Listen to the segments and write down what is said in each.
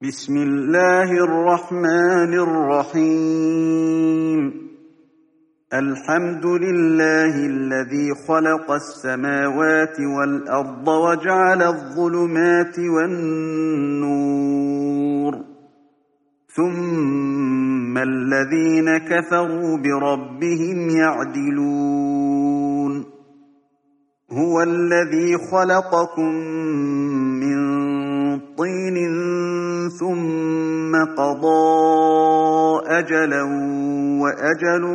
بسم الله الرحمن الرحيم. الحمد لله الذي خلق السماوات والأرض وجعل الظلمات والنور، ثم الذين كفروا بربهم يعدلون. هو الذي خلقكم من طين ثم قضى أجلا وأجل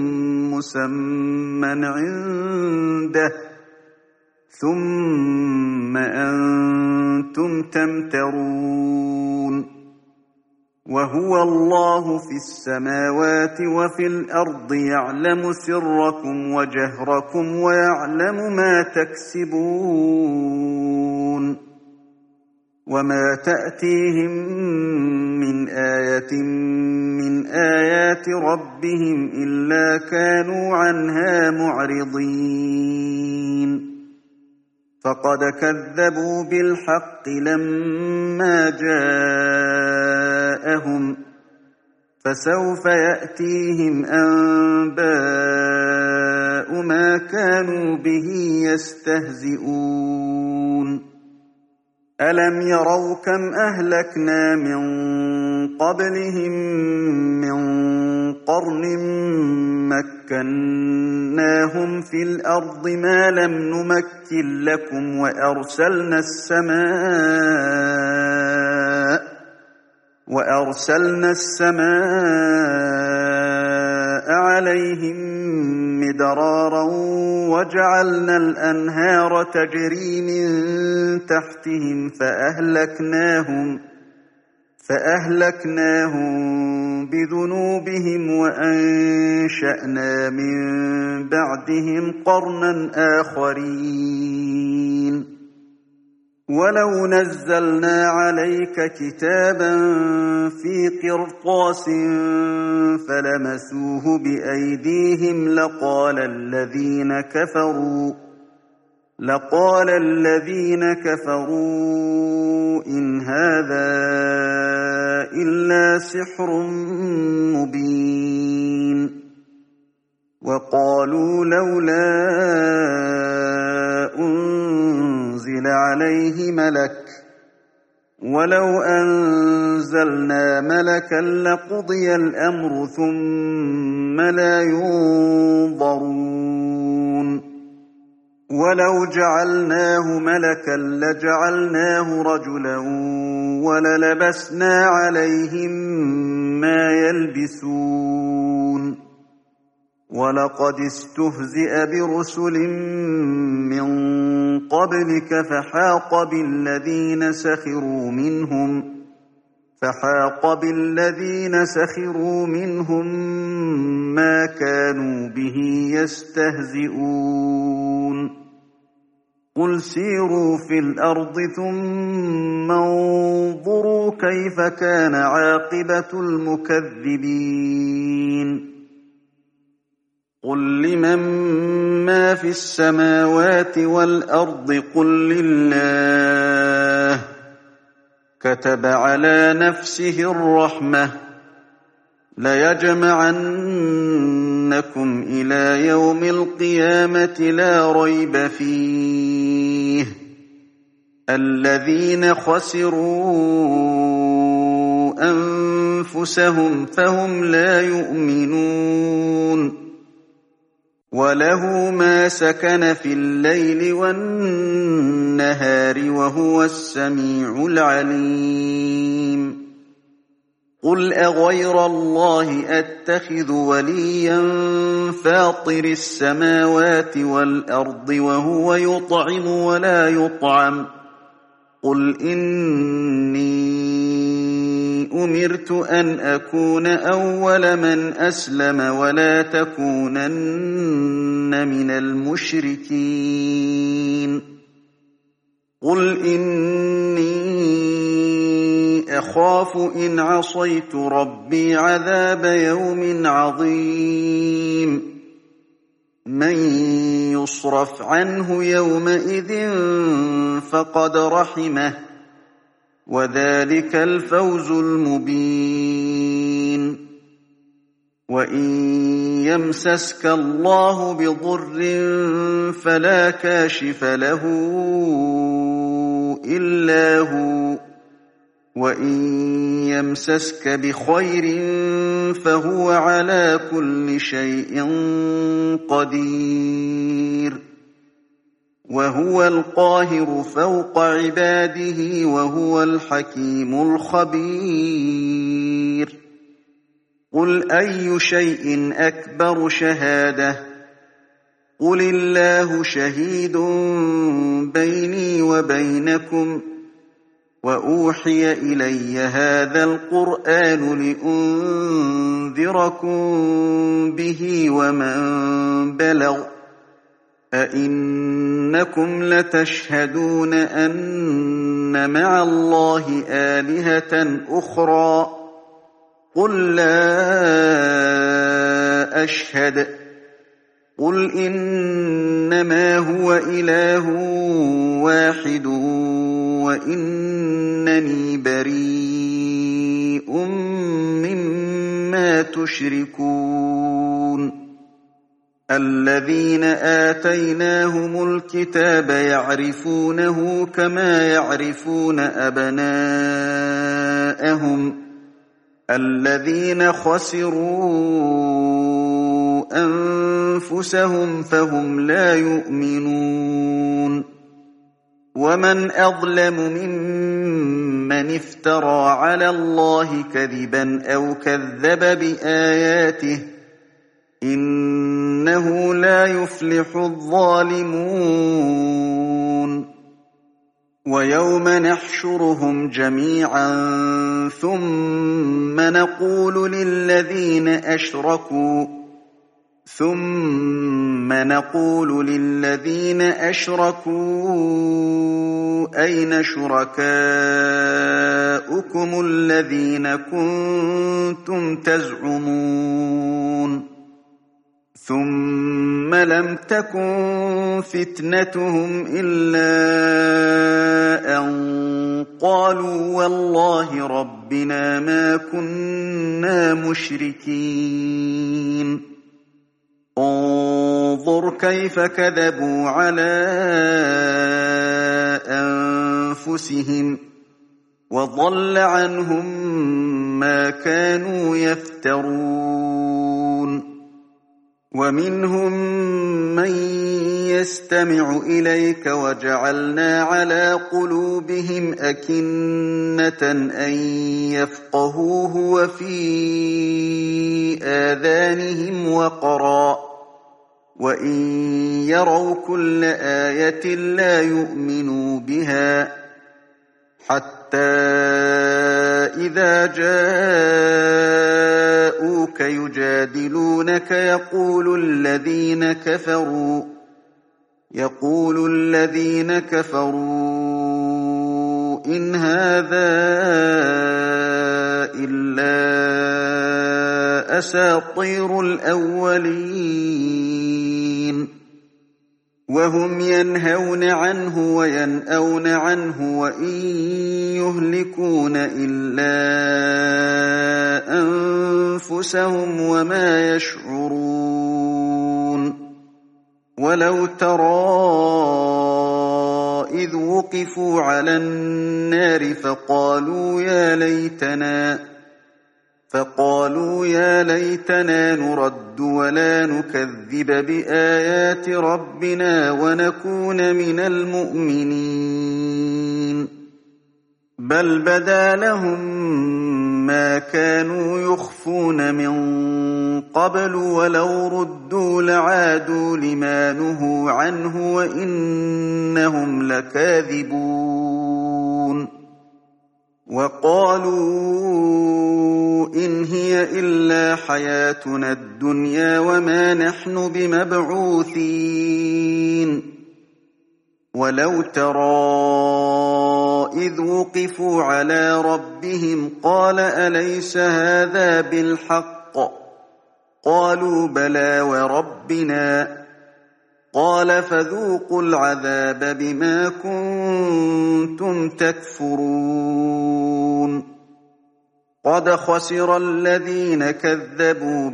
مسمى عنده، ثم أنتم تمترون. وهو الله في السماوات وفي الأرض يعلم سركم وجهركم ويعلم ما تكسبون. وما تأتيهم من آية من آيات ربهم إلا كانوا عنها معرضين. فقد كذبوا بالحق لما جاءهم، فسوف يأتيهم أنباء ما كانوا به يستهزئون. ألم يروا كم أهلكنا من قبلهم من قرن مكناهم في الأرض ما لم نمكن لكم، وأرسلنا السماء عليهم مدرارا وجعلنا الأنهار تجري من تحتهم فأهلكناهم بذنوبهم وأنشأنا من بعدهم قرنا آخرين. ولو نزلنا عليك كتابا في قرطاس فلمسوه بأيديهم لقال الذين كفروا إن هذا إلا سحر مبين. وقالوا لولا أنزل عليه ملك، ولو أنزلنا ملكا لقضي الأمر ثم لا ينظرون. ولو جعلناه ملكا لجعلناه رجلا وللبسنا عليهم ما يلبسون. ولقد استهزئ برسل من قبلك فحاق بالذين سخروا منهم ما كانوا به يستهزئون. قل سيروا في الأرض ثم انظروا كيف كان عاقبة المكذبين. قل لمن ما في السماوات والأرض قل لله. كتب على نفسه الرحمة ليجمعنكم إلى يوم القيامة لا ريب فيه. الذين خسروا أنفسهم فهم لا يؤمنون. وله ما سكن في الليل والنهار وهو السميع العليم. قل أغير الله أتخذ وليا فاطر السماوات والأرض وهو يطعم ولا يطعم. قل إني أمرت أن أكون أول من أسلم ولا تكونن من المشركين. قل إني أخاف إن عصيت ربي عذاب يوم عظيم. من يصرف عنه يومئذ فقد رحمه وذلك الفوز المبين. وإن يمسسك الله بضر فلا كاشف له إلا هو، وإن يمسسك بخير فهو على كل شيء قدير. وهو القاهر فوق عباده وهو الحكيم الخبير. قل أي شيء أكبر شهادة؟ قل الله شهيد بيني وبينكم. وأوحي إلي هذا القرآن لأنذركم به ومن بلغ. أئنكم لتشهدون أن مع الله آلهة أخرى؟ قل لا أشهد. قل إنما هو إله واحد وإنني بريء مما تشركون. الذين آتيناهم الكتاب يعرفونه كما يعرفون أبناءهم. الذين خسروا أنفسهم فهم لا يؤمنون. ومن أظلم ممن افترى على الله كذبا أو كذب بآياته، إنه لا يفلح الظالمون. ويوم نحشرهم جميعا ثم نقول للذين أشركوا أين شركاؤكم الذين كنتم تزعمون؟ ثم لم تكن فتنتهم إلا أن قالوا والله ربنا ما كنا مشركين. انظر كيف كذبوا على أنفسهم وضل عنهم ما كانوا يفترون. ومنهم من يستمع إليك وجعلنا على قلوبهم أكنة أن يفقهوه وفي آذانهم وقرا وإن يروا كل آية لا يؤمنوا بها حتى إذا جاءوك يجادلونك يقول الذين كفروا إن هذا إلا أساطير الأولين. وهم ينهون عنه وينأون عنه وإن يهلكون إلا أنفسهم وما يشعرون. ولو ترى إذ وقفوا على النار فقالوا يا ليتنا نرد ولا نكذب بآيات ربنا ونكون من المؤمنين. بل بدا لهم ما كانوا يخفون من قبل ولو ردوا لعادوا لما نهوا عنه وإنهم لكاذبون. وقالوا إن هي إلا حياتنا الدنيا وما نحن بمبعوثين. ولو ترى إذ وقفوا على ربهم قال أليس هذا بالحق؟ قالوا بلى وربنا قال فذوقوا العذاب بما كنتم تكفرون قد خسر الذين كذبوا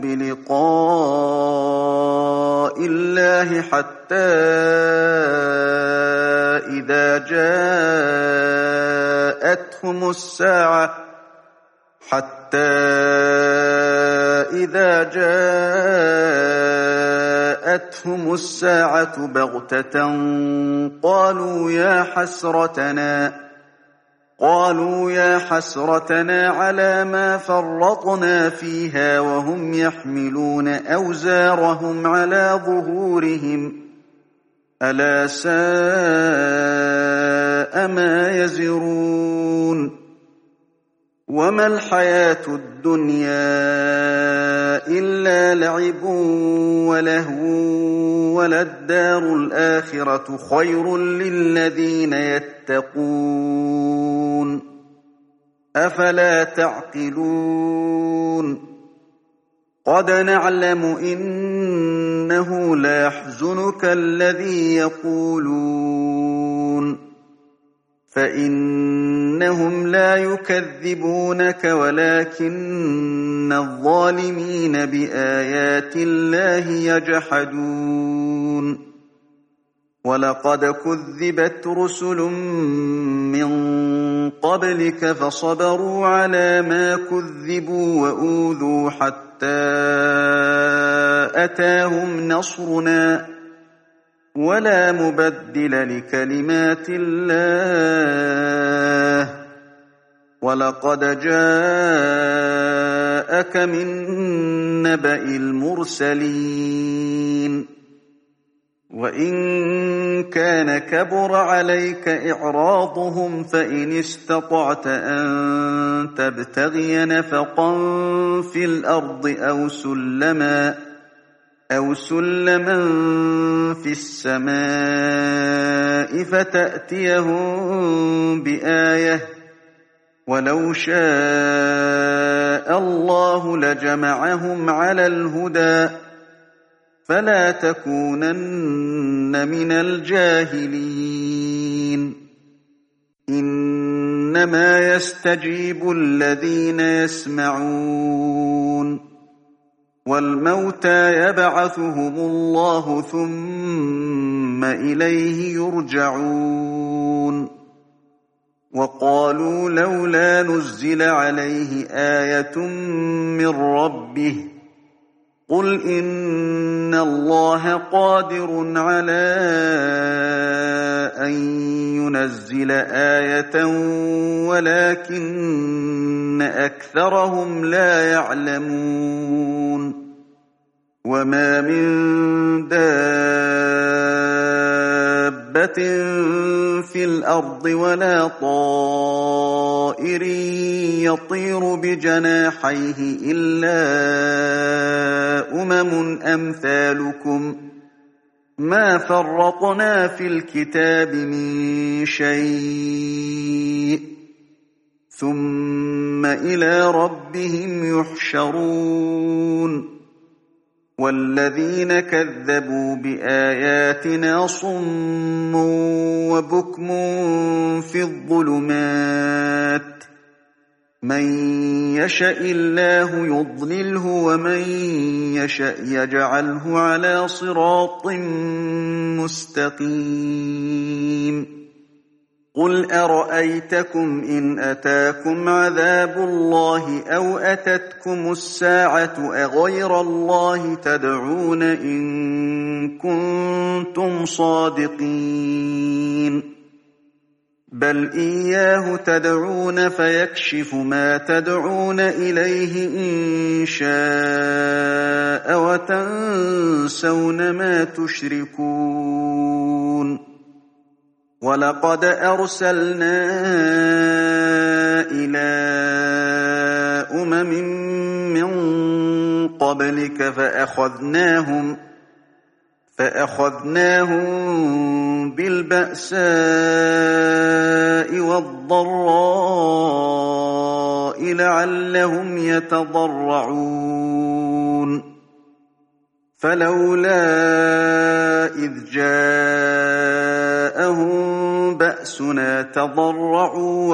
بلقاء الله حتى إذا جاءتهم الساعة بغتة قالوا يا حسرتنا على ما فرطنا فيها وهم يحملون أوزارهم على ظهورهم ألا ساء ما يزرون وما الحياة الدنيا إلا لعب ولهو وللدار الآخرة خير للذين يتقون أفلا تعقلون قد نعلم إنه ليحزنك الذي يقولون فإنهم لا يكذبونك ولكن الظالمين بآيات الله يجحدون ولقد كذبت رسل من قبلك فصبروا على ما كذبوا وأوذوا حتى أتاهم نصرنا ولا مبدل لكلمات الله ولقد جاءك من نبأ المرسلين وإن كان كبر عليك إعراضهم فإن استطعت أن تبتغي نفقا في الأرض أو سلما في السماء فتأتيهم بآية ولو شاء الله لجمعهم على الهدى فلا تكونن من الجاهلين إنما يستجيب الذين يسمعون والموتى يبعثهم الله ثم إليه يرجعون وقالوا لولا نزل عليه آية من ربه قل إن الله قادر على أن ينزل آية ولكن أكثرهم لا يعلمون وما من دابة في الأرض ولا طائر يطير بجناحيه إلا أمم أمثالكم ما فرطنا في الكتاب من شيء ثم إلى ربهم يحشرون والذين كذبوا بآياتنا صم وبكم في الظلمات من يشاء الله يضلله ومن يشاء يجعله على صراط مستقيم قل أرأيتكم إن أتاكم عذاب الله أو أتتكم الساعة أغير الله تدعون إن كنتم صادقين بل إياه تدعون فيكشف ما تدعون إليه إن شاء وتنسون ما تشركون ولقد أرسلنا إلى أمم من قبلك فأخذناهم بالبأساء والضراء لعلهم يتضرعون فلولا إذ جاءهم بأسنا تضرعوا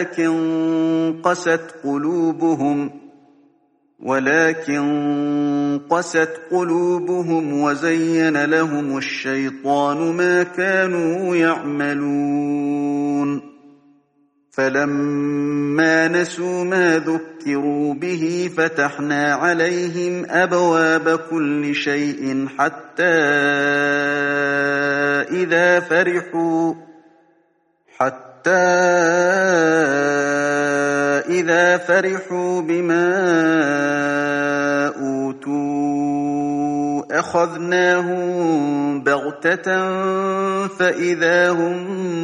ولكن قست قلوبهم وزين لهم الشيطان ما كانوا يعملون فلما نسوا ما ذكروا به فتحنا عليهم أبواب كل شيء حتى إذا فرحوا بما أوتوا أخذناهم بغتة فإذا هم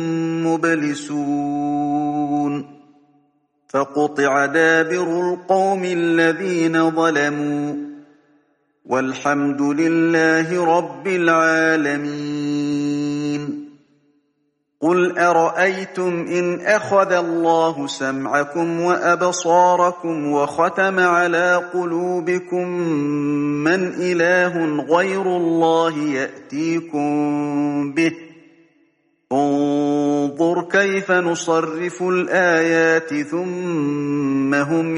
مبلسون فقطع دابر القوم الذين ظلموا والحمد لله رب العالمين قل أرأيتم إن أخذ الله سمعكم وأبصاركم وختم على قلوبكم من إله غير الله يأتيكم به انظر كيف نصرف الآيات ثم هم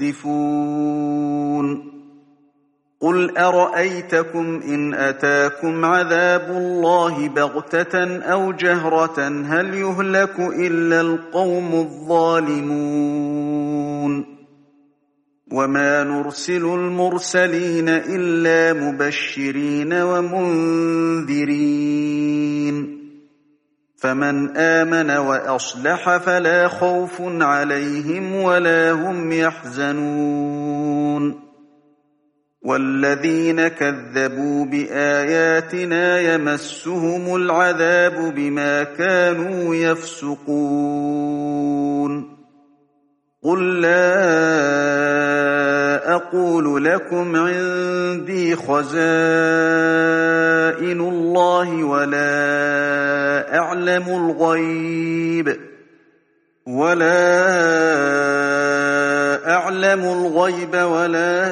يصدفون قل أرأيتكم إن أتاكم عذاب الله بغتة أو جهرة هل يهلك إلا القوم الظالمون وما نرسل المرسلين إلا مبشرين ومنذرين فمن آمن وأصلح فلا خوف عليهم ولا هم يحزنون والذين كذبوا بآياتنا يمسهم العذاب بما كانوا يفسقون قل لا أقول لكم عندي خزائن الله ولا أعلم الغيب ولا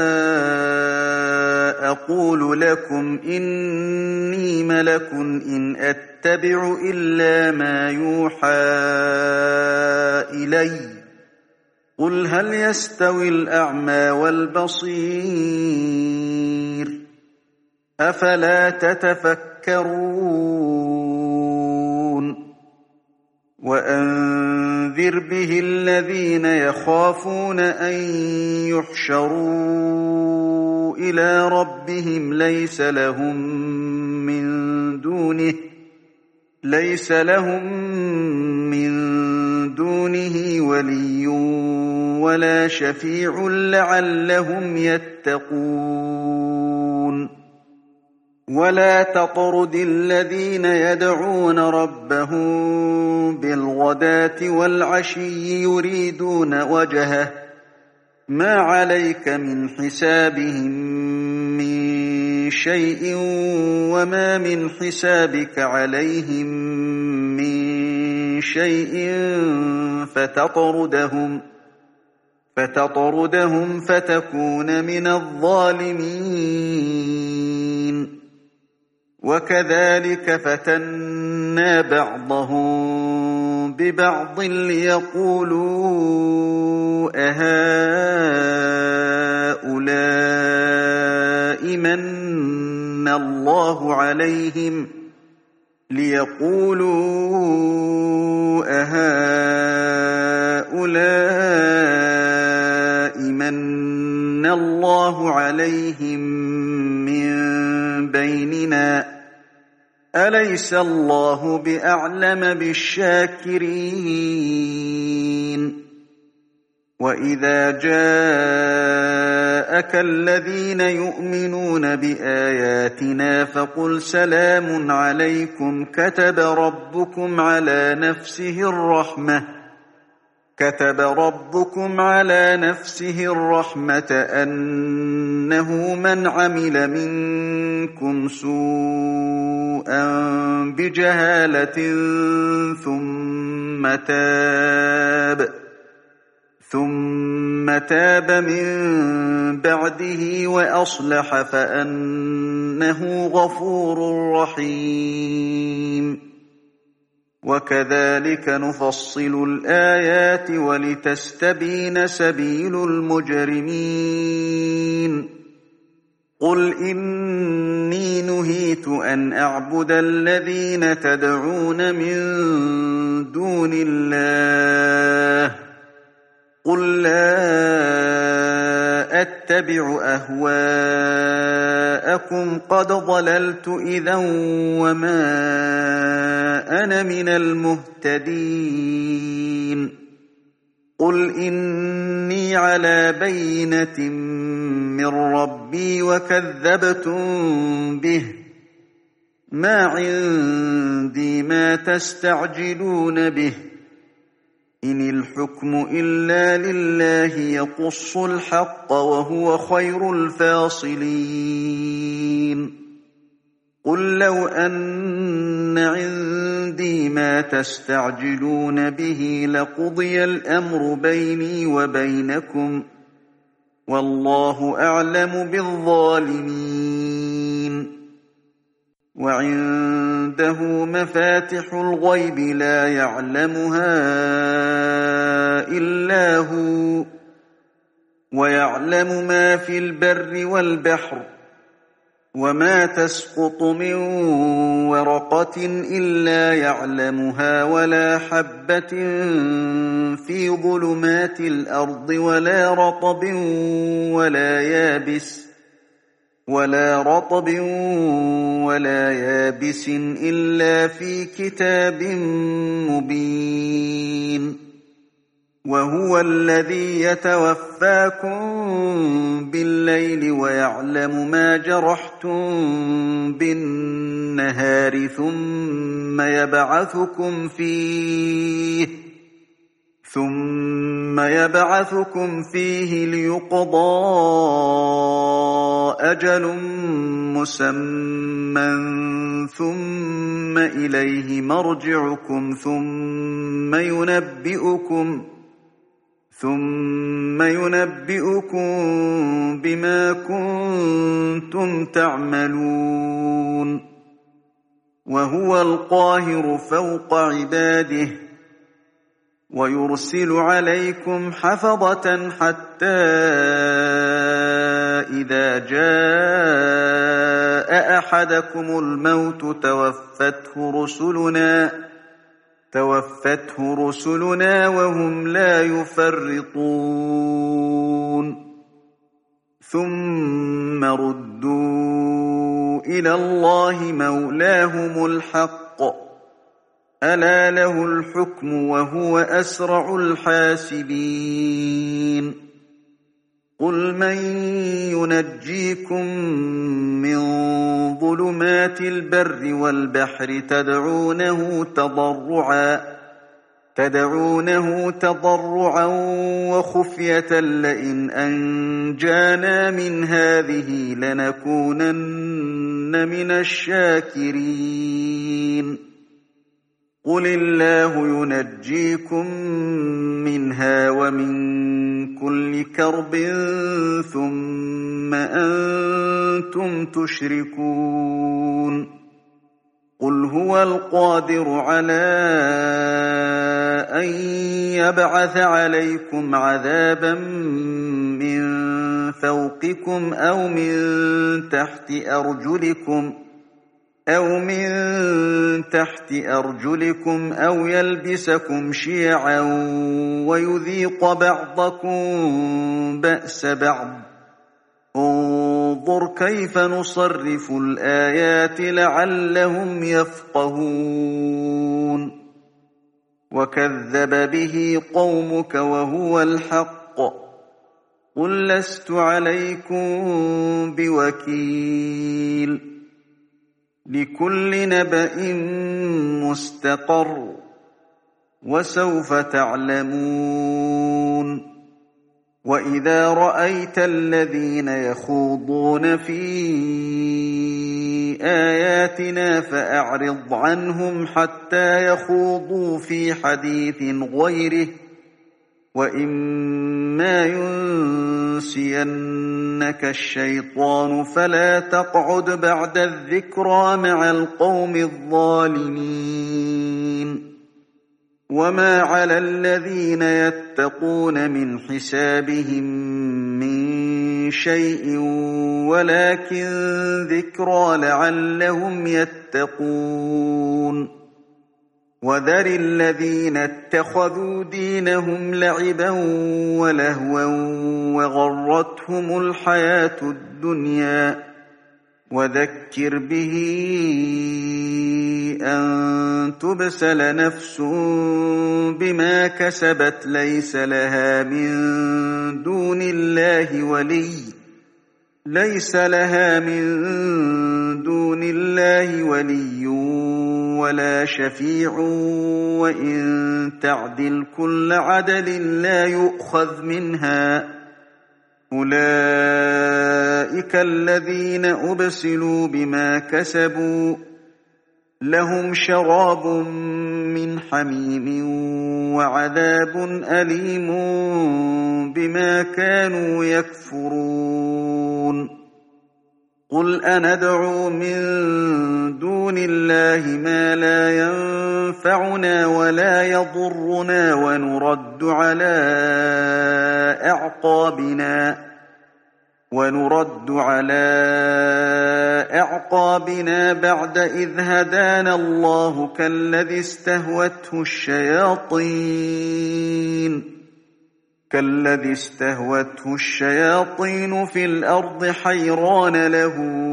أقول لكم إني ملك إن أتبع إلا ما يوحى إلي قل هل يستوي الأعمى والبصير أفلا تتفكرون وأنذر به الذين يخافون أن يحشروا إلى ربهم ليس لهم من دونه ولي ولا شفيع لعلهم يتقون ولا تطرد الذين يدعون ربهم بالغداة والعشي يريدون وجهه ما عليك من حسابهم من شيء وما من حسابك عليهم من شيء فتطردهم فتكون من الظالمين وكذلك فتنا بعضهم ببعض ليقولوا أهؤلاء من الله عليهم من بيننا أليس الله بأعلم بالشاكرين وإذا جاءك الذين يؤمنون بآياتنا فقل سلام عليكم كتب ربكم على نفسه الرحمة أنه من عمل منكم سوءا بجهالة ثم تاب من بعده وأصلح فأنه غفور رحيم وكذلك نفصل الآيات ولتستبين سبيل المجرمين قل إني نهيت أن أعبد الذين تدعون من دون الله قل لا أتبع أهواءكم قد ضللت إذا وما أنا من المهتدين قل إني على بينة من ربي وكذبتم به ما عندي ما تستعجلون به إن الحكم إلا لله يقص الحق وهو خير الفاصلين قل لو أن عندي ما تستعجلون به لقضي الأمر بيني وبينكم والله أعلم بالظالمين وعنده مفاتح الغيب لا يعلمها إلا هو ويعلم ما في البر والبحر وما تسقط من ورقة إلا يعلمها ولا حبة في ظلمات الأرض ولا رطب ولا يابس إلا في كتاب مبين وهو الذي يتوفاكم بالليل ويعلم ما جرحتم بالنهار ثم يبعثكم فيه ليقضى أجل مسمى ثم إليه مرجعكم ثم ينبئكم بما كنتم تعملون وهو القاهر فوق عباده ويرسل عليكم حفظة حتى إذا جاء أحدكم الموت توفته رسلنا وهم لا يفرطون ثم ردوا إلى الله مولاهم الحق ألا له الحكم وهو أسرع الحاسبين قل من ينجيكم من ظلمات البر والبحر تدعونه تضرعا وخفية لئن أنجانا من هذه لنكونن من الشاكرين قل الله ينجيكم منها ومن كل كرب ثم أنتم تشركون قل هو القادر على أن يبعث عليكم عذابا من فوقكم أو من تحت أرجلكم أو يلبسكم شيعا ويذيق بعضكم بأس بعض انظر كيف نصرف الآيات لعلهم يفقهون وكذب به قومك وهو الحق قل لست عليكم بوكيل لكل نبأ مستقر وسوف تعلمون وإذا رأيت الذين يخوضون في آياتنا فأعرض عنهم حتى يخوضوا في حديث غيره وإما ينسينك الشيطان فلا تقعد بعد الذكرى مع القوم الظالمين وما على الذين يتقون من حسابهم من شيء ولكن ذكرى لعلهم يتقون وذر الذين اتخذوا دينهم لعبا ولهوا وغرتهم الحياة الدنيا وذكر به أن تبسل نفس بما كسبت ليس لها من دون الله ولي ولا شفيع وإن تعدل كل عدل لا يؤخذ منها أولئك الذين أبسلوا بما كسبوا لهم شراب من حميم وعذاب أليم بما كانوا يكفرون قل أندعو من دون الله ما لا ينفعنا ولا يضرنا ونرد على أعقابنا بعد إذ هدانا الله كالذي استهوته الشياطين في الأرض حيران له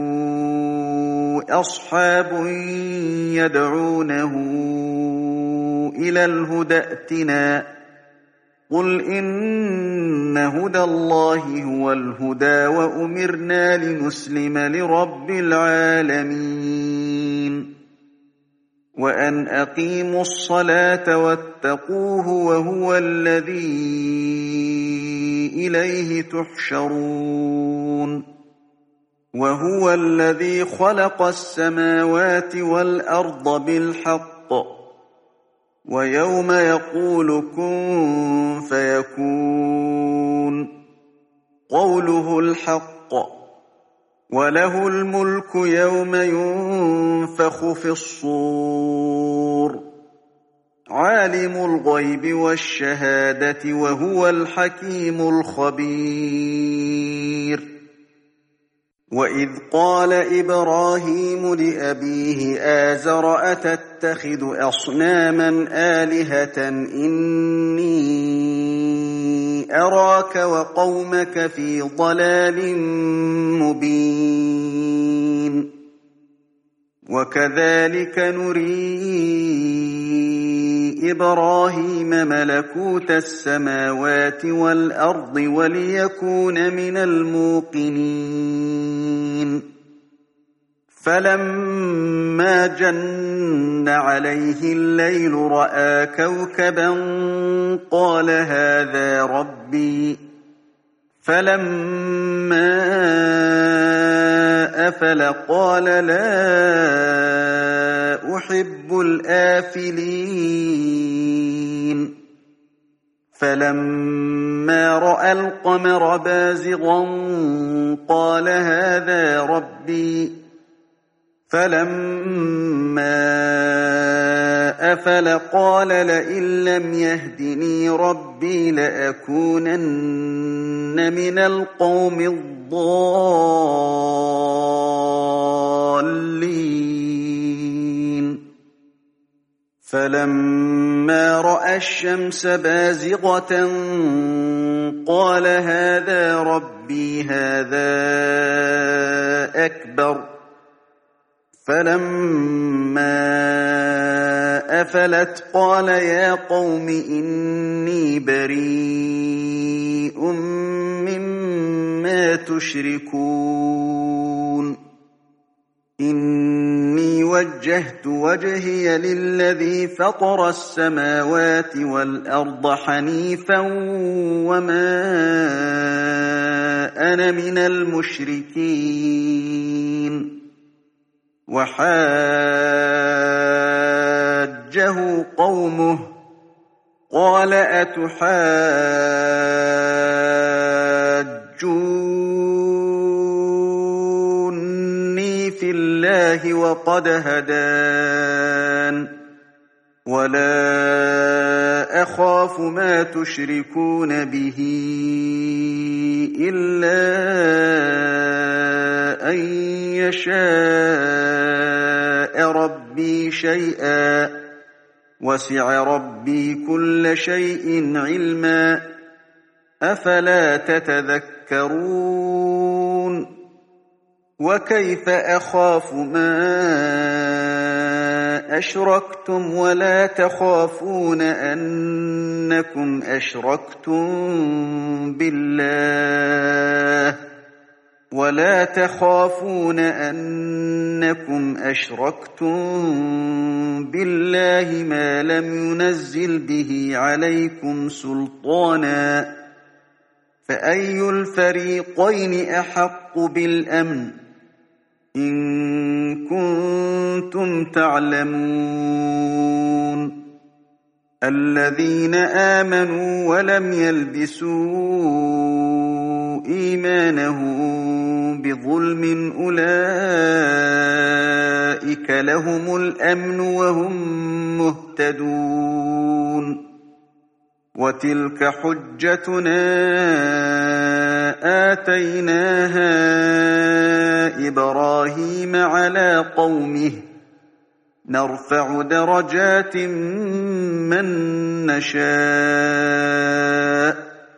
أصحاب يدعونه إلى الهدى ائتنا قل إن هدى الله هو الهدى وأمرنا لنسلم لرب العالمين وأن أقيموا الصلاة واتقوه وهو الذي إليه تحشرون وهو الذي خلق السماوات والأرض بالحق ويوم يقول كن فيكون قوله الحق وله الملك يوم ينفخ في الصور عالم الغيب والشهادة وهو الحكيم الخبير وإذ قال إبراهيم لأبيه آزر أتتخذ أصناما آلهة إني أراك وقومك في ضلال مبين وكذلك نري إبراهيم ملكوت السماوات والأرض وليكون من الموقنين فلما جن عليه الليل رأى كوكبا قال هذا ربي فلما أفل قال لا أحب الآفلين فلما رأى القمر بازغا قال هذا ربي فلما أفل قال لئن لم يهدني ربي لأكونن من القوم الضالين فلما رأى الشمس بازغة قال هذا ربي هذا أكبر فلما أفلت قال يا قوم إني بريء مما تشركون إني وجهت وجهي للذي فطر السماوات والأرض حنيفا وما أنا من المشركين وحاجه قومه قال أتحاجوني في الله وقد هدان ولا أخاف ما تشركون به إلا أن يشاء ربي شيئا وسع ربي كل شيء علما أفلا تتذكرون وكيف أخاف ما أشركتم ولا تخافون أنكم أشركتم بالله ما لم ينزل به عليكم سلطانا فأي الفريقين أحق بالأمن إن كنتم تعلمون الذين آمنوا ولم يلبسوا إيمانهم بظلم أولئك لهم الأمن وهم مهتدون وتلك حجتنا آتيناها إبراهيم على قومه نرفع درجات من نشاء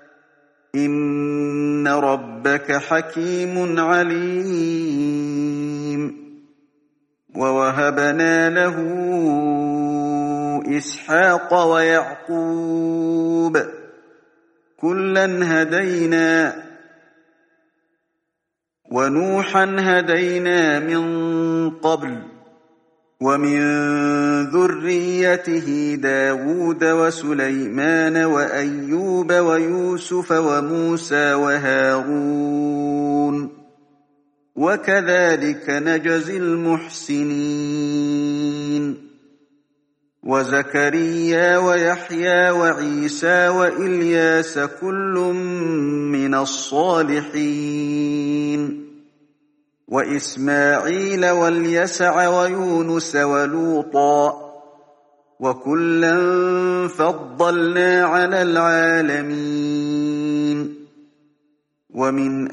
إن ربك حكيم عليم ووهبنا له إسحاق ويعقوب كلا هدينا ونوحا هدينا من قبل ومن ذريته داود وسليمان وأيوب ويوسف وموسى وهارون وكذلك نجزي المحسنين وزكريا ويحيى وعيسى وإلياس كل من الصالحين وإسماعيل واليسع ويونس ولوطا وكلا فضلنا على العالمين ومن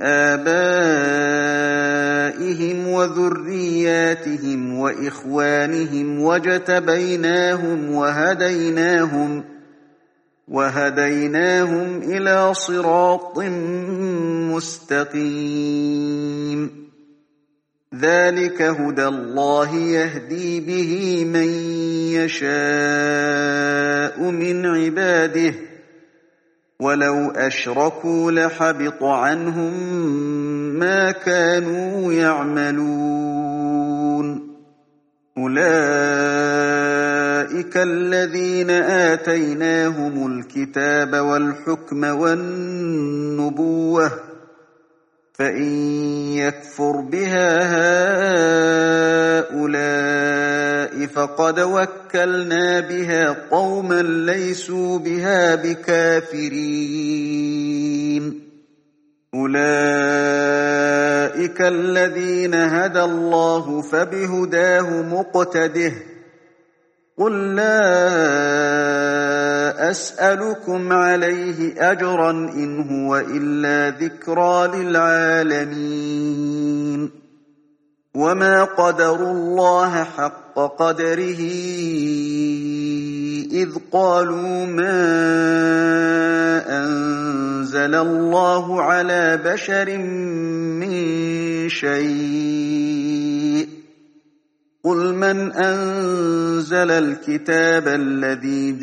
آبائهم وذرياتهم وإخوانهم واجتبيناهم وهديناهم إلى صراط مستقيم ذلك هدى الله يهدي به من يشاء من عباده ولو أشركوا لحبط عنهم ما كانوا يعملون أولئك الذين آتيناهم الكتاب والحكم والنبوة فإن يكفر بها هؤلاء فقد وكلنا بها قوما ليسوا بها بكافرين أولئك الذين هدى الله فبهداه مقتده قل لا أسألكم عليه أجرا إن هو إلا ذكرى للعالمين وما قدروا الله حق قدره إذ قالوا ما أنزل الله على بشر من شيء قل من أنزل الكتاب الذي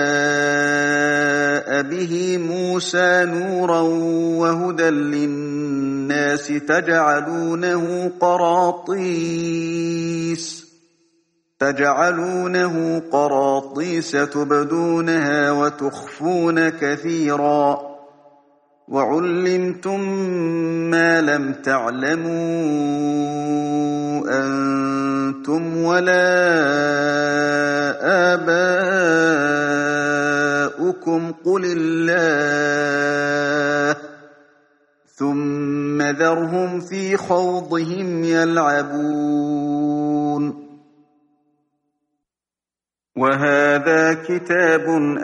جاء به موسى نورا وهدى للناس تجعلونه قراطيس تبدونها وتخفون كثيرا وعلمتم ما لم تعلموا أنتم ولا ربكم قل الله ثم ذرهم في خوضهم يلعبون وهذا كتاب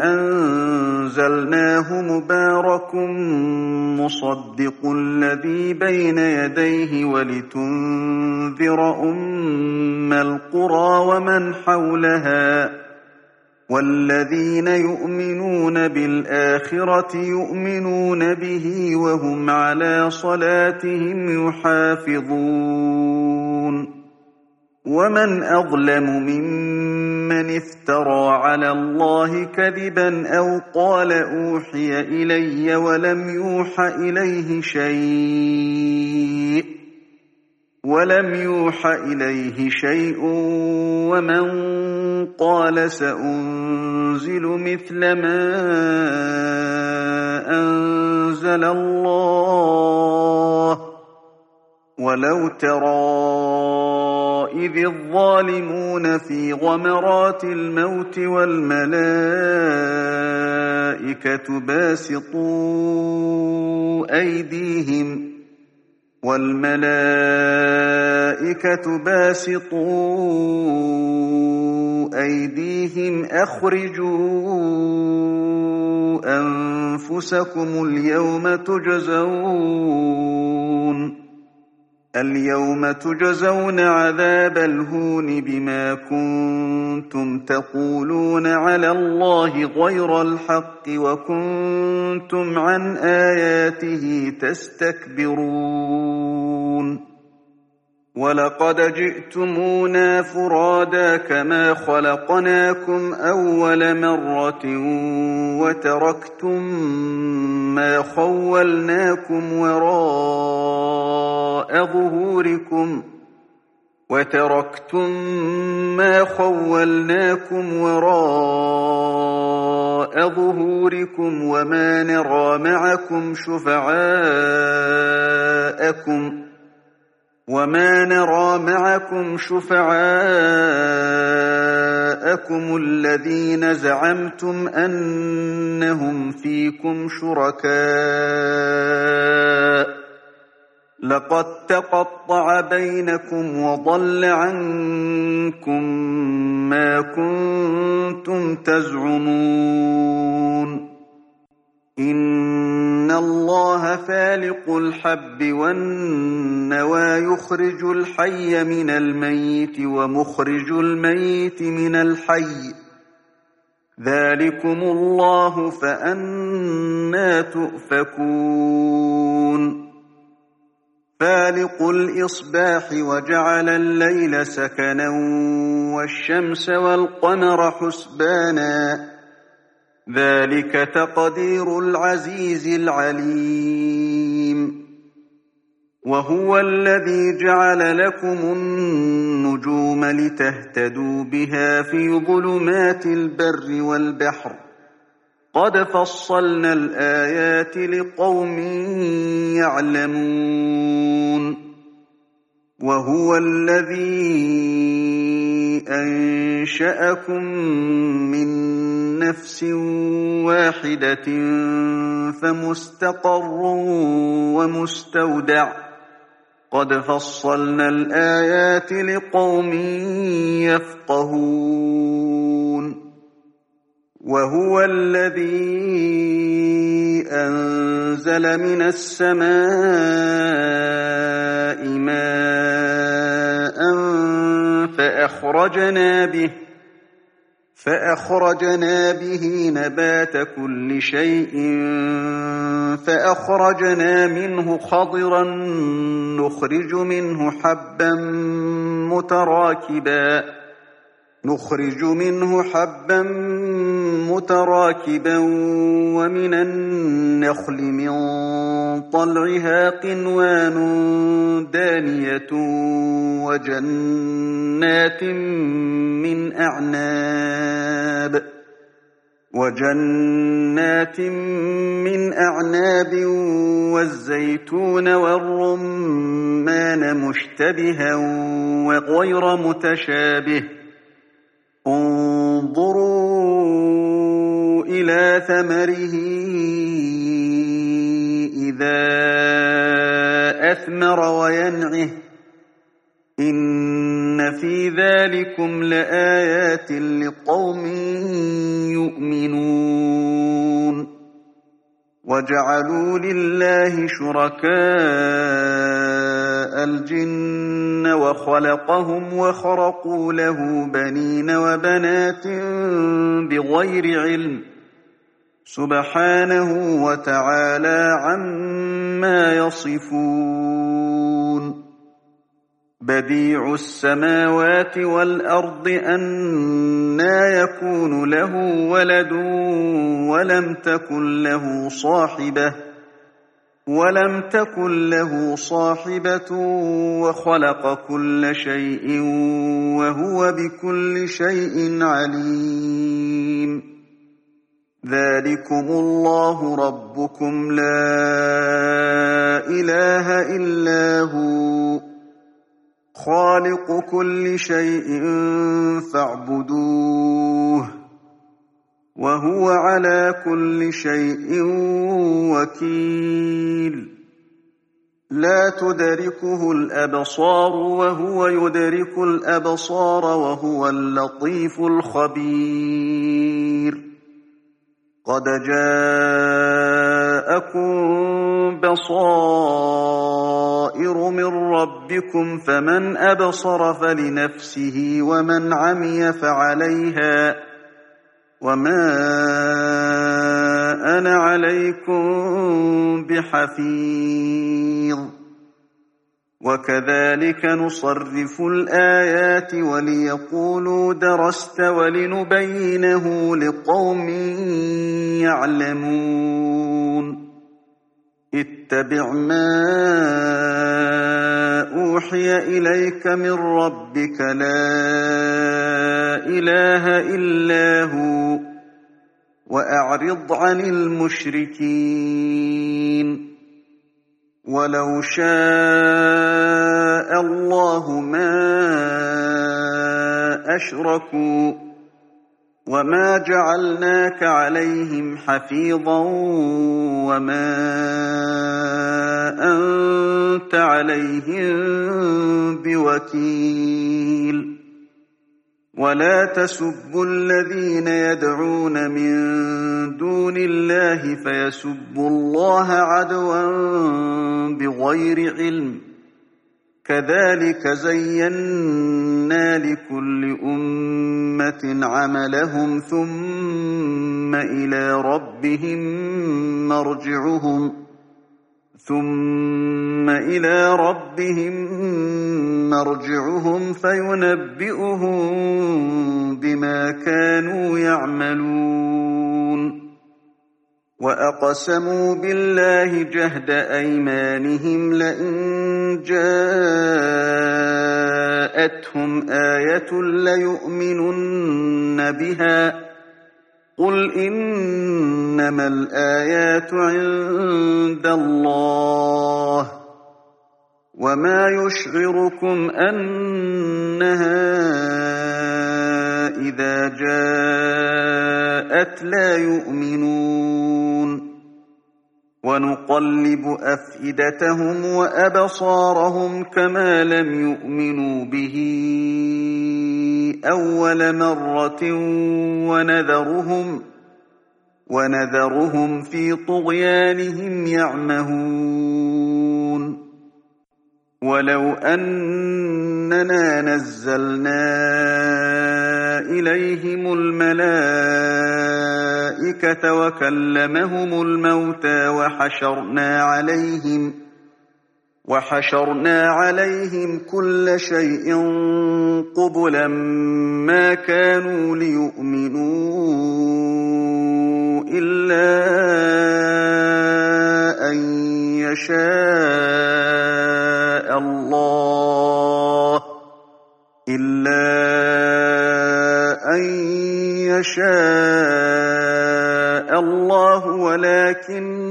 أنزلناه مبارك مصدق الذي بين يديه ولتنذر أم القرى ومن حولها والذين يؤمنون بالآخرة يؤمنون به وهم على صلاتهم يحافظون ومن أظلم ممن افترى على الله كذبا أو قال أوحي إلي ولم يوح إليه شيء ومن قال سأنزل مثل ما أنزل الله ولو ترى إذ الظالمون في غمرات الموت والملائكة باسطوا أيديهم أخرجوا أنفسكم اليوم تجزون عذاب الهون بما كنتم تقولون على الله غير الحق وكنتم عن آياته تستكبرون ولقد جئتمونا فرادا كما خلقناكم أول مرة وتركتم ما خولناكم وراء ظهوركم وما نرى معكم شفعاءكم الذين زعمتم أنهم فيكم شركاء لقد تقطع بينكم وضل عنكم ما كنتم تزعمون إن الله فالق الحب والنوى يخرج الحي من الميت ومخرج الميت من الحي ذلكم الله فأنى تؤفكون فالق الإصباح وجعل الليل سكنا والشمس والقمر حسبانا ذلك تقدير العزيز العليم وهو الذي جعل لكم النجوم لتهتدوا بها في ظلمات البر والبحر قد فصلنا الآيات لقوم يعلمون وهو الذي أنشأكم من نفس واحدة فمستقر ومستودع قد فصلنا الآيات لقوم يفقهون وهو الذي أنزل من السماء ماء فأخرجنا به نبات كل شيء فأخرجنا منه خضرا نخرج منه حبا متراكبا ومن النخل من طلعها قنوان دانية وجنات من أعناب والزيتون والرمان مشتبها وغير متشابه انظروا إلى ثمره إذا أثمر وينعه إن في ذلكم لآيات لقوم يؤمنون وجعلوا لله شركاء الجن وخلقهم وخرقوا له بنين وبنات بغير علم سبحانه وتعالى عما يصفون بديع السماوات والأرض أنى يكون له ولد ولم تكن له صاحبة وخلق كل شيء وهو بكل شيء عليم ذلكم الله ربكم لا إله إلا هو خالق كل شيء فاعبدوه وهو على كل شيء وكيل لا تدركه الأبصار وهو يدرك الأبصار وهو اللطيف الخبير قد جاءكم بصائر من ربكم فمن أبصر فلنفسه ومن عمي فعليها وما أنا عليكم بحفيظ وكذلك نصرف الآيات وليقولوا درست ولنبينه لقوم يعلمون اتبع ما أوحي إليك من ربك لا إله إلا هو وأعرض عن المشركين ولو شاء الله ما أشركوا وما جعلناك عليهم حفيظا وما أنت عليهم بوكيل ولا تسبوا الذين يدعون من دون الله فيسبوا الله عدوا بغير علم كذلك زينا لكل أمة عملهم ثم إلى ربهم مرجعهم فينبئهم بما كانوا يعملون وأقسموا بالله جهد أيمانهم لئن جاءتهم آية ليؤمنن بها قل إنما الآيات عند الله وما يشعركم أنها إذا جاءت لا يؤمنون ونقلب أفئدتهم وأبصارهم كما لم يؤمنوا به أول مرة ونذرهم في طغيانهم يعمهون ولو أننا نزلنا إليهم الملائكة وكلمهم الموتى وحشرنا عليهم كل شيء قبلا ما كانوا ليؤمنوا إلا أن يشاء الله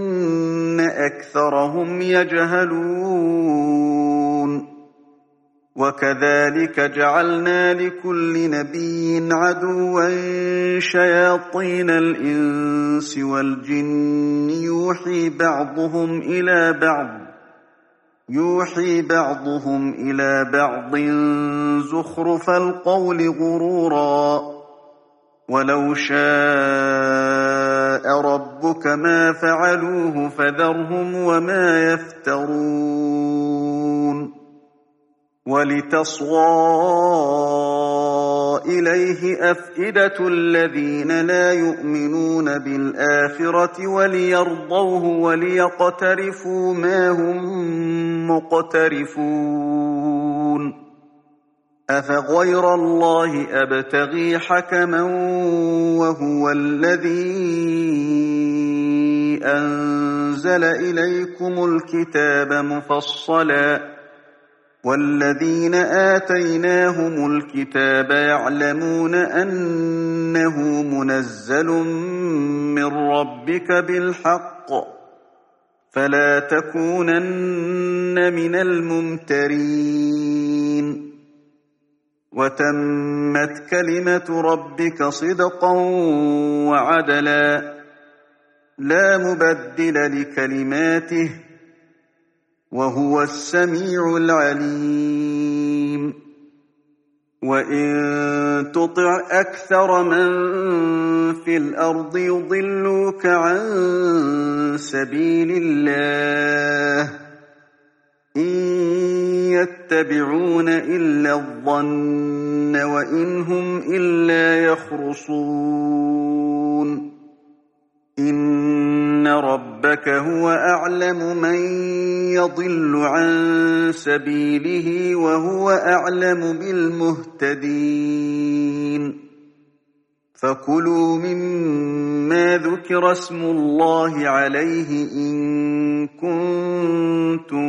ولكن أكثرهم يجهلون وكذلك جعلنا لكل نبي عدوا شياطين الإنس والجن يوحي بعضهم إلى بعض زخرف القول غرورا ولو شاء ربك ما فعلوه فذرهم وما يفترون ولتصغى إليه أفئدة الذين لا يؤمنون بالآخرة وليرضوه وليقترفوا ما هم مقترفون أفغير الله أبتغي حكما وهو الذي أنزل إليكم الكتاب مفصلا والذين آتيناهم الكتاب يعلمون أنه منزل من ربك بالحق فلا تكونن من الممترين وتمت كلمة ربك صدقا وعدلا لا مبدل لكلماته وهو السميع العليم وإن تطع أكثر من في الأرض يضلوك عن سبيل الله إن يتبعون إلا الظن وإن هم إلا يخرصون إن ربك هو أعلم من يضل عن سبيله وهو أعلم بالمهتدين فكلوا مما ذكر اسم الله عليه إن كنتم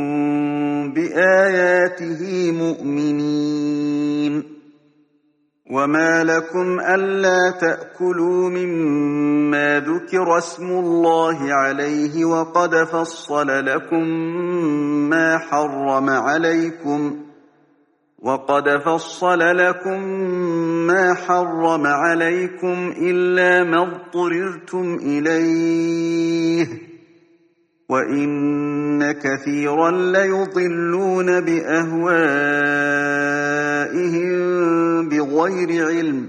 بآياته مؤمنين وما لكم ألا تأكلوا مما ذكر اسم الله عليه وقد فصل لكم ما حرم عليكم إلا ما اضطررتم إليه وإن كثيرا ليضلون بأهوائهم بغير علم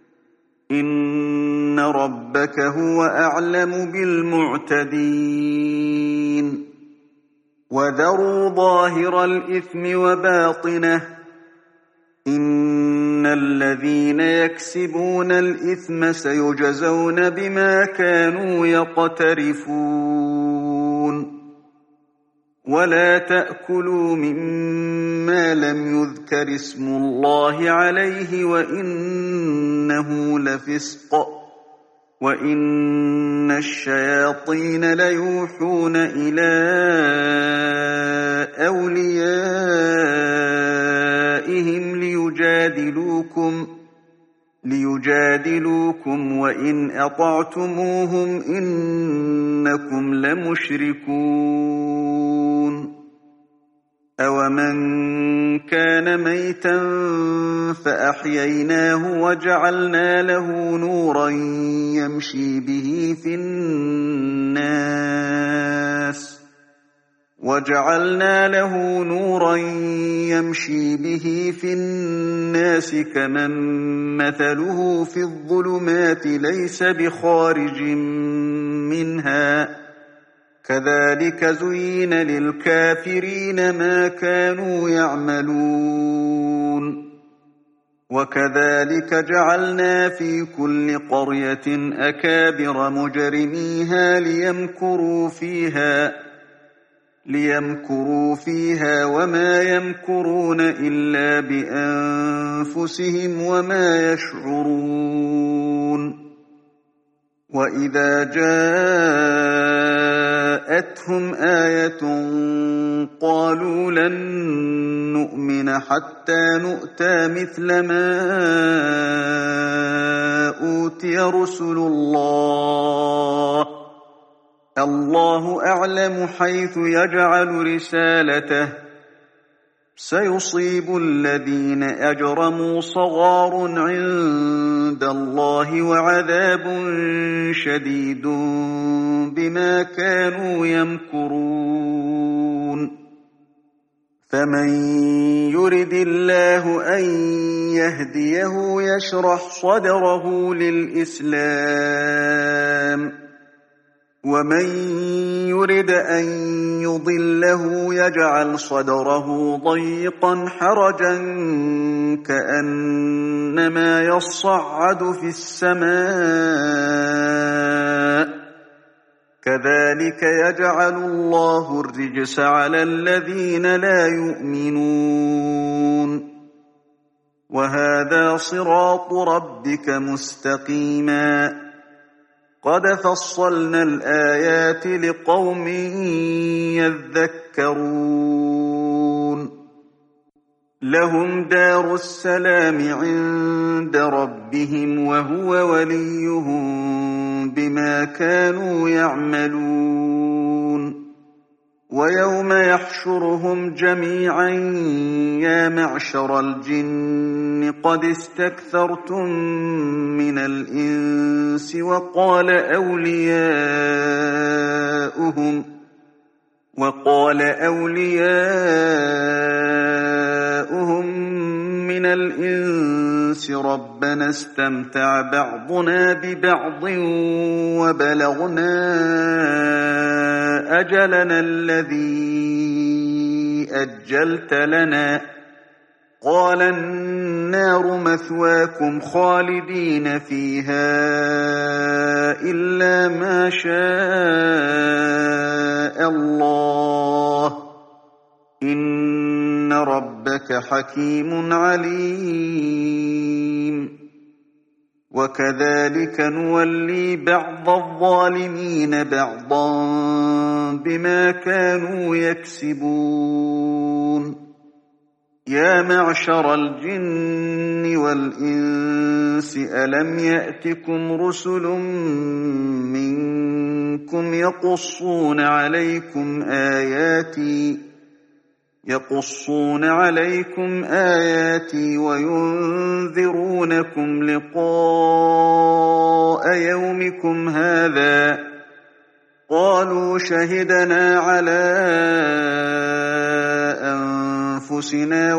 إن ربك هو أعلم بالمعتدين وذروا ظاهر الإثم وباطنه إن الذين يكسبون الإثم سيجزون بما كانوا يقترفون ولا تأكلوا مما لم يذكر اسم الله عليه وإنه لفسق وإن الشياطين ليوحون إلى أوليائهم ليجادلوكم وإن أطعتموهم إنكم لمشركون أومن كان ميتا فأحييناه وجعلنا له نورا يمشي به في الناس كمن مثله في الظلمات ليس بخارج منها كذلك زين للكافرين ما كانوا يعملون وكذلك جعلنا في كل قرية أكابر مجرميها ليمكروا فيها وما يمكرون إلا بأنفسهم وما يشعرون وإذا جاءتهم آية قالوا لن نؤمن حتى نؤتى مثل ما أوتي رسل الله أعلم حيث يجعل رسالته سيصيب الذين أجرموا صغار عند الله وعذاب شديد بما كانوا يمكرون فمن يرد الله أن يهديه يشرح صدره للإسلام ومن يرد أن يضله يجعل صدره ضيقا حرجا كأنما يصعد في السماء كذلك يجعل الله الرجس على الذين لا يؤمنون وهذا صراط ربك مستقيما قد فصلنا الآيات لقوم يذكرون لهم دار السلام عند ربهم وهو وليهم بما كانوا يعملون ويوم يحشرهم جميعا يا معشر الجن قد استكثرتم من الإنس وقال أولياؤهم من الإنس ربنا استمتع بعضنا ببعض وبلغنا أجلنا الذي أجلت لنا قال النار مثواكم خالدين فيها إلا ما شاء الله إن ربك حكيم عليم وكذلك نولي بعض الظالمين بعضا بما كانوا يكسبون يا معشر الجن والإنس ألم يأتكم رسل منكم يقصون عليكم آياتي وينذرونكم لقاء يومكم هذا قالوا شهدنا على أنفسنا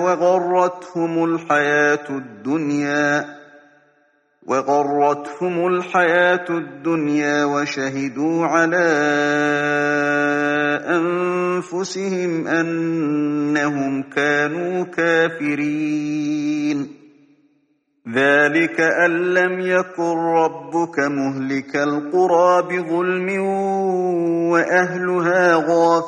وغرتهم الحياة الدنيا وشهدوا على أنفسهم أنهم كانوا كافرين ذلك أن لم يكن ربك مهلك القرى بظلم وأهلها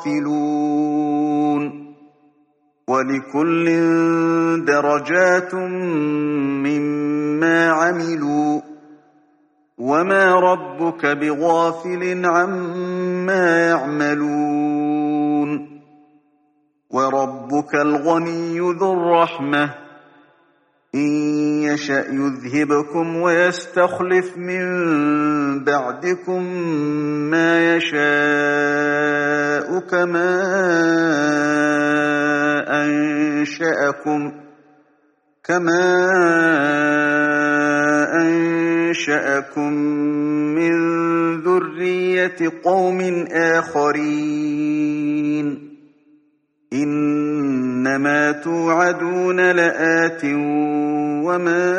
غافلون ولكل درجات مما عملوا وما ربك بغافل عما يعملون وربك الغني ذو الرحمة إن يشأ يذهبكم ويستخلف من بعدكم ما يشاء كما أنشأكم من ذرية قوم آخرين إنما توعدون لآت وما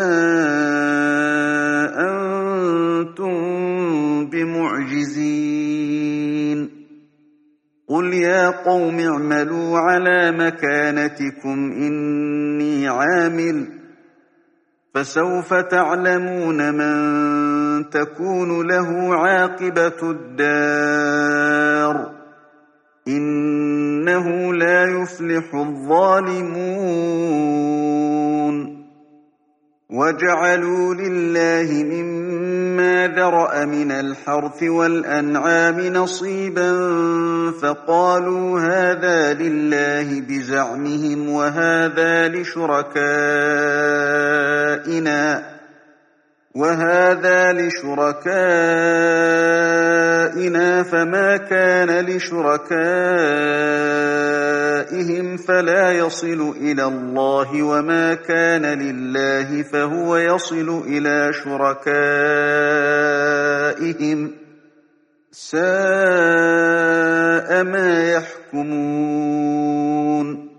أنتم بمعجزين قل يا قوم اعملوا على مكانتكم إني عامل فسوف تعلمون من تكون له عاقبة الدار إنه لا يفلح الظالمون وجعلوا لله مما ذرأ من الحرث والأنعام نصيبا فقالوا هذا لله بزعمهم وهذا لشركائنا فما كان لشركائهم فلا يصل إلى الله وما كان لله فهو يصل إلى شركائهم ساء ما يحكمون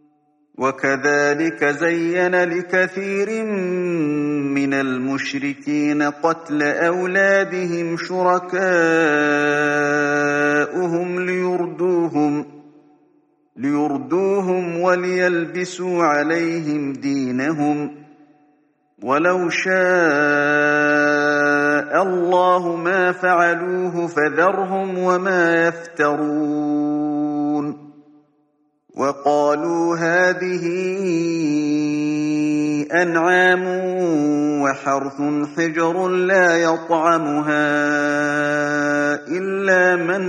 وكذلك زين لكثير من المشركين قتل أولادهم شركاؤهم ليردوهم وليلبسوا عليهم دينهم ولو شاء الله ما فعلوه فذرهم وما يفترون وقالوا هذه أنعام وحرث حجر لا يطعمها إلا من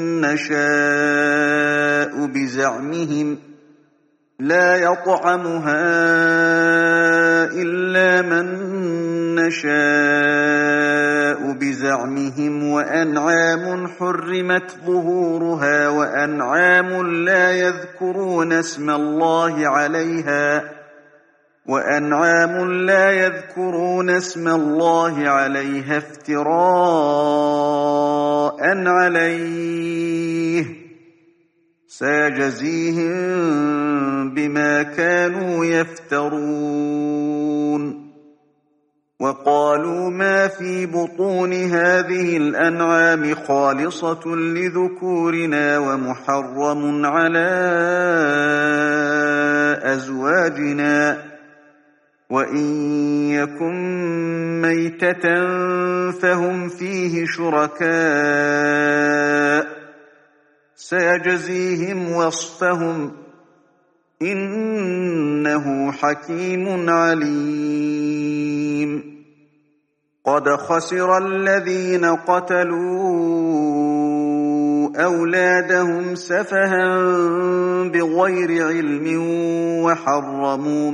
نشاء بزعمهم وأنعام حرمت ظهورها وأنعام لا يذكرون اسم الله عليها افتراء عليه سيجزيهم بما كانوا يفترون وقالوا ما في بطون هذه الأنعام خالصة لذكورنا ومحرم على أزواجنا وإن يكن ميتة فهم فيه شركاء سيجزيهم وصفهم إنه حكيم عليم قد خسر الذين قتلوا أولادهم سفها بغير علم وحرموا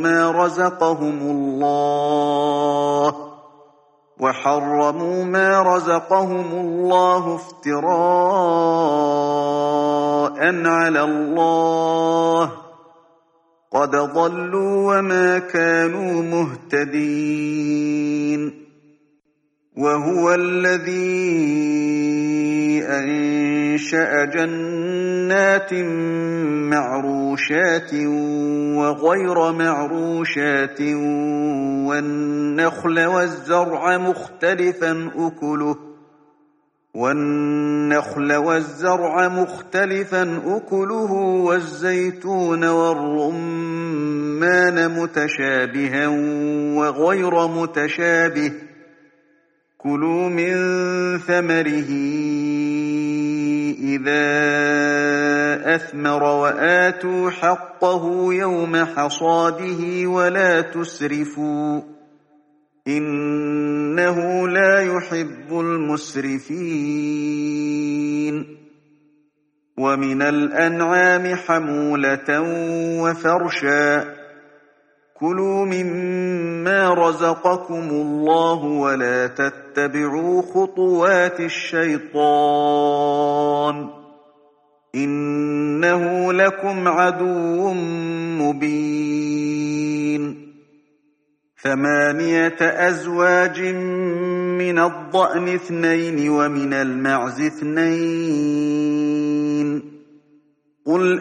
ما رزقهم الله افتراء على الله قد ضلوا وما كانوا مهتدين وهو الذي أنشأ جنات معروشات وغير معروشات والنخل والزرع مختلفا أكله والزيتون والرمان متشابها وغير متشابه كلوا من ثمره إذا أثمر وآتوا حقه يوم حصاده ولا تسرفوا إنه لا يحب المسرفين ومن الأنعام حمولة وفرشا كلوا مما رزقكم الله ولا تتبعوا خطوات الشيطان إنه لكم عدو مبين 8 أزواج من الضأن 2 ومن المعز 2 قل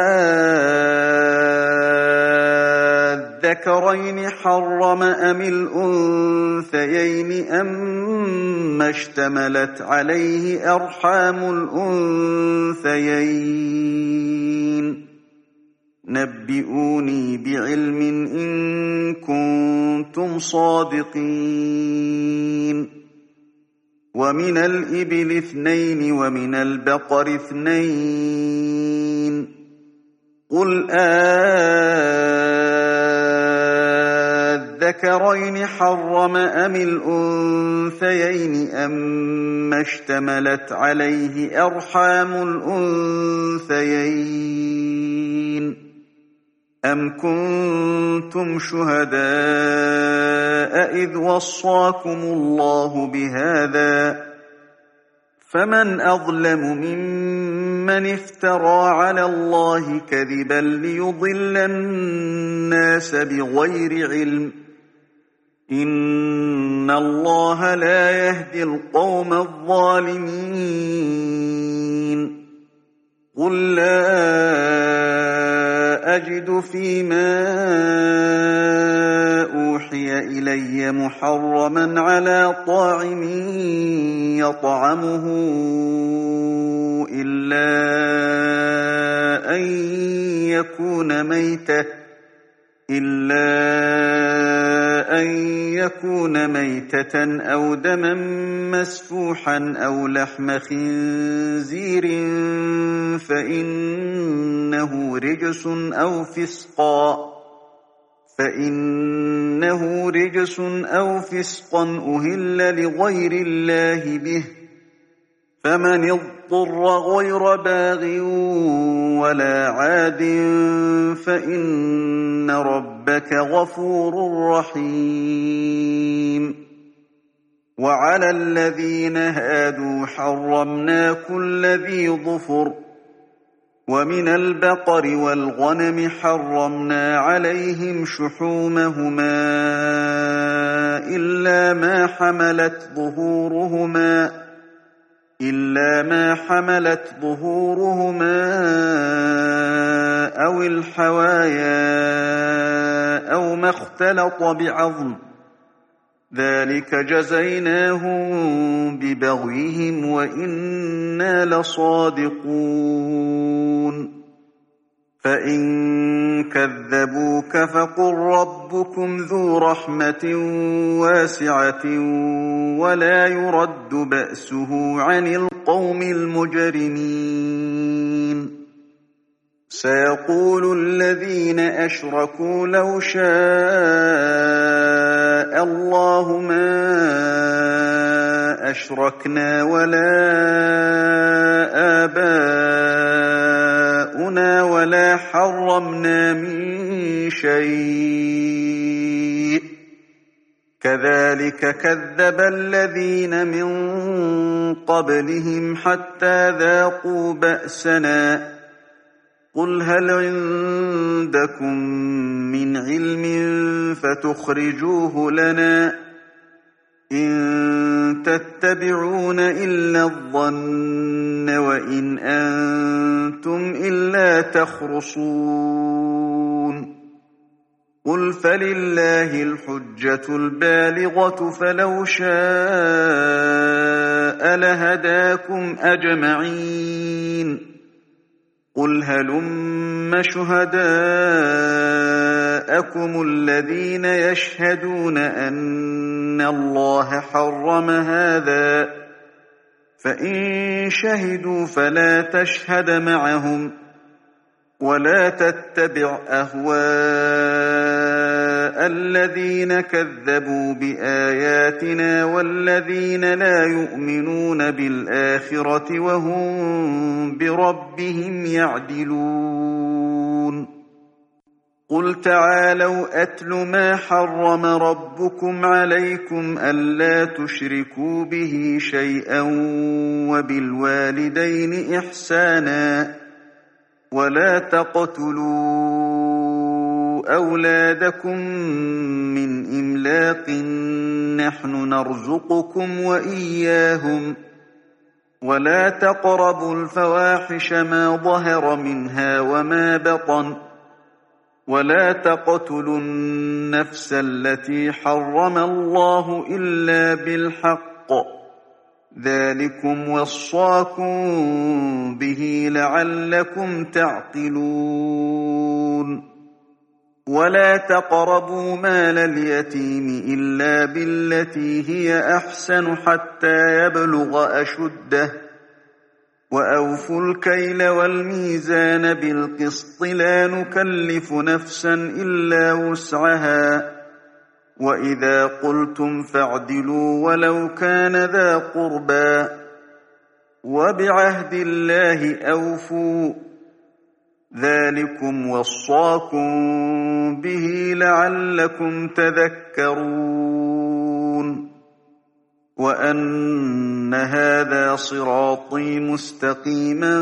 الذكرين حرم أم الأنثيين أما اشتملت عليه أرحام الأنثيين نبئوني بعلم إن كنتم صادقين ومن الإبل 2 ومن البقر 2 قل الذكرين حرم أم الأنثيين أما اشتملت عليه أرحام الأنثيين أم كنتم شهداء إذ وصاكم الله بهذا فمن أظلم ممن من افترى على الله كذبا ليضل الناس بغير علم إن الله لا يهدي القوم الظالمين قل لا أجد فيما أوحي إلي محرما على طاعم يطعمه إلا أن يكون ميتة أو دما مسفوحا أو لحم خنزير فإنه رجس أو فسقا أهل لغير الله به فمن اضطر غير باغ ولا عاد فإن ربك غفور رحيم وعلى الذين هادوا حرمنا كل ذي ظفر ومن البقر والغنم حرمنا عليهم شحومهما إلا ما حملت ظهورهما أو الحوايا أو ما اختلط بعظم ذلك جزيناهم ببغيهم وإنا لصادقون فإن كذبوك فقل ربكم ذو رحمة واسعة ولا يرد بأسه عن القوم المجرمين سيقول الذين أشركوا لو شاء الله ما أشركنا ولا آباؤنا ولا حرمنا من شيء كذلك كذب الذين من قبلهم حتى ذاقوا بأسنا قل هل عندكم من علم فتخرجوه لنا إن تتبعون إلا الظن وإن أنتم إلا تخرصون قل فلله الحجة البالغة فلو شاء لهداكم أجمعين قل هلم شهداءكم الذين يشهدون أن الله حرم هذا فإن شهدوا فلا تشهد معهم ولا تتبع أهواء الذين كذبوا بآياتنا والذين لا يؤمنون بالآخرة وهم بربهم يعدلون قل تعالوا أتل ما حرم ربكم عليكم ألا تشركوا به شيئا وبالوالدين إحسانا ولا تقتلوا أولادكم من إملاق نحن نرزقكم وإياهم ولا تقربوا الفواحش ما ظهر منها وما بطن ولا تقتلوا النفس التي حرم الله إلا بالحق ذلكم وصاكم به لعلكم تعقلون ولا تقربوا مال اليتيم إلا بالتي هي أحسن حتى يبلغ أشده وأوفوا الكيل والميزان بالقسط لا نكلف نفسا إلا وسعها وإذا قلتم فاعدلوا ولو كان ذا قربى وبعهد الله أوفوا ذلكم وصاكم به لعلكم تذكرون وأن هذا صراطي مستقيما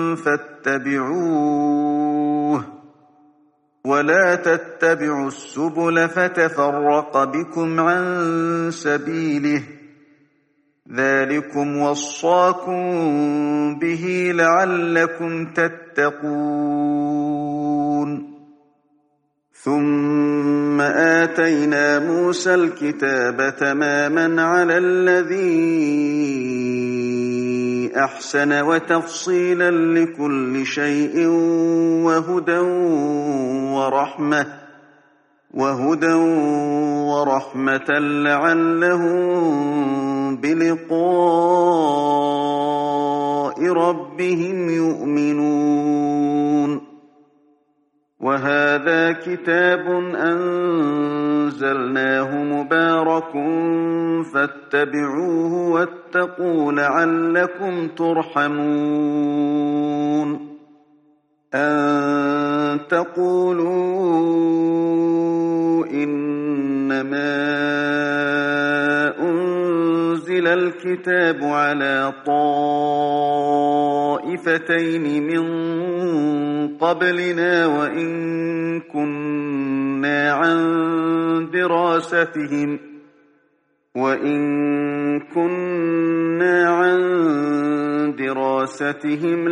فاتبعوه ولا تتبعوا السبل فتفرق بكم عن سبيله ذلكم وصاكم به لعلكم تتقون ثم آتينا موسى الكتاب تماما على الذي أحسن وتفصيلا لكل شيء وهدى ورحمة لعلهم بلقاء ربهم يؤمنون وهذا كتاب أنزلناه مبارك فاتبعوه واتقوا لعلكم ترحمون أن تقولوا إنما أنزل الكتاب على طائفتين من قبلنا وإن كنا عن دراستهم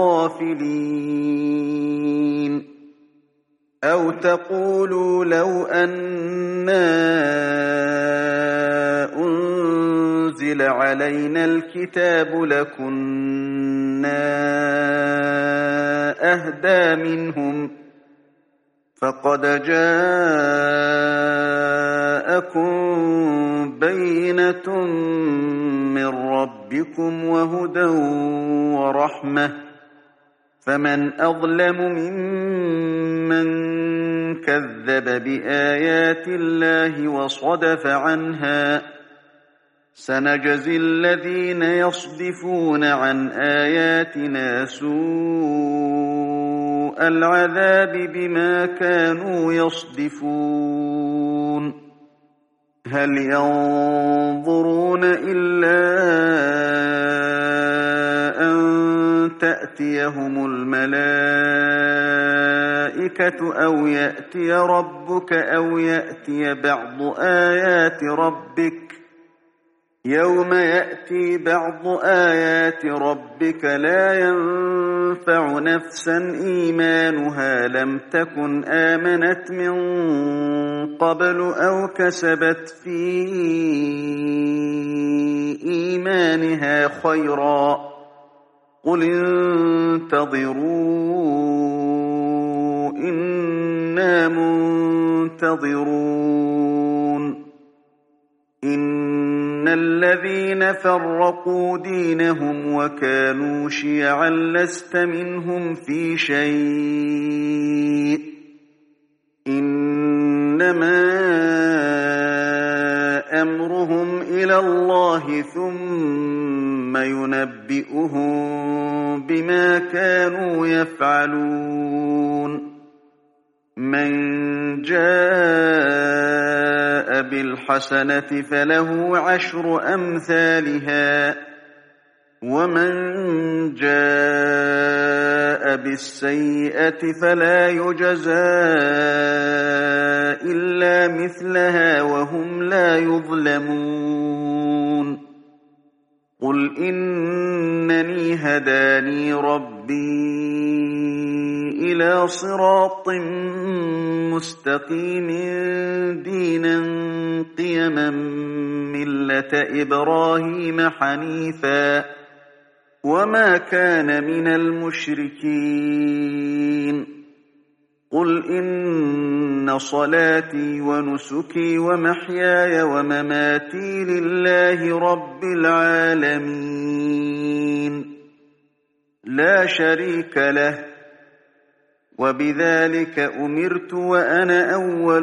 لغافلين أو تقولوا لو أنا أنزل علينا الكتاب لكنا أهدى منهم فقد جاءكم بينة من ربكم وهدى ورحمة فمن أظلم ممن كذب بآيات الله وصدف عنها سنجزي الذين يصدفون عن آياتنا سوء العذاب بما كانوا يصدفون هل ينظرون إلا أن تأتيهم الملائكة أو يأتي ربك أو يأتي بعض آيات ربك يوم يأتي بعض آيات ربك لا ينفع نفسا إيمانها لم تكن آمنت من قبل أو كسبت في إيمانها خيرا قل انتظروا إنا منتظرون إن الذين فرقوا دينهم وكانوا شيعا لست منهم في شيء إنما أمرهم إلى الله ثم ينبئهم بما كانوا يفعلون من جاء بالحسنة فله عشر أمثالها ومن جاء بالسيئة فلا يجزى إلا مثلها وهم لا يظلمون قل إنني هداني ربي إلى صراط مستقيم دينا قيما ملة إبراهيم حنيفا وما كان من المشركين قل إن صلاتي ونسكي ومحياي ومماتي لله رب العالمين لا شريك له وبذلك أمرت وأنا أول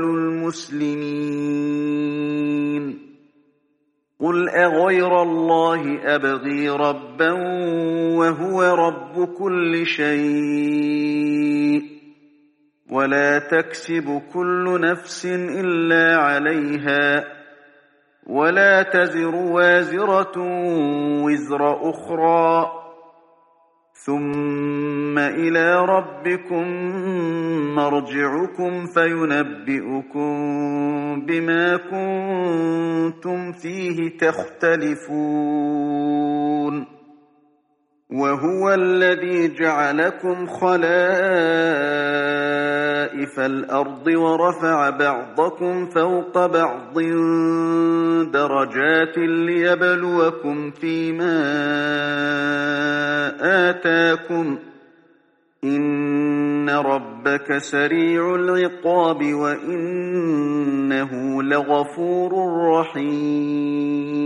المسلمين قل أغير الله أبغي ربا وهو رب كل شيء ولا تكسب كل نفس إلا عليها ولا تزر وازرة وزر أخرى ثم إلى ربكم مرجعكم فينبئكم بما كنتم فيه تختلفون وهو الذي جعلكم خلائف الأرض ورفع بعضكم فوق بعض درجات ليبلوكم فيما آتاكم إن ربك سريع العقاب وإنه لغفور رحيم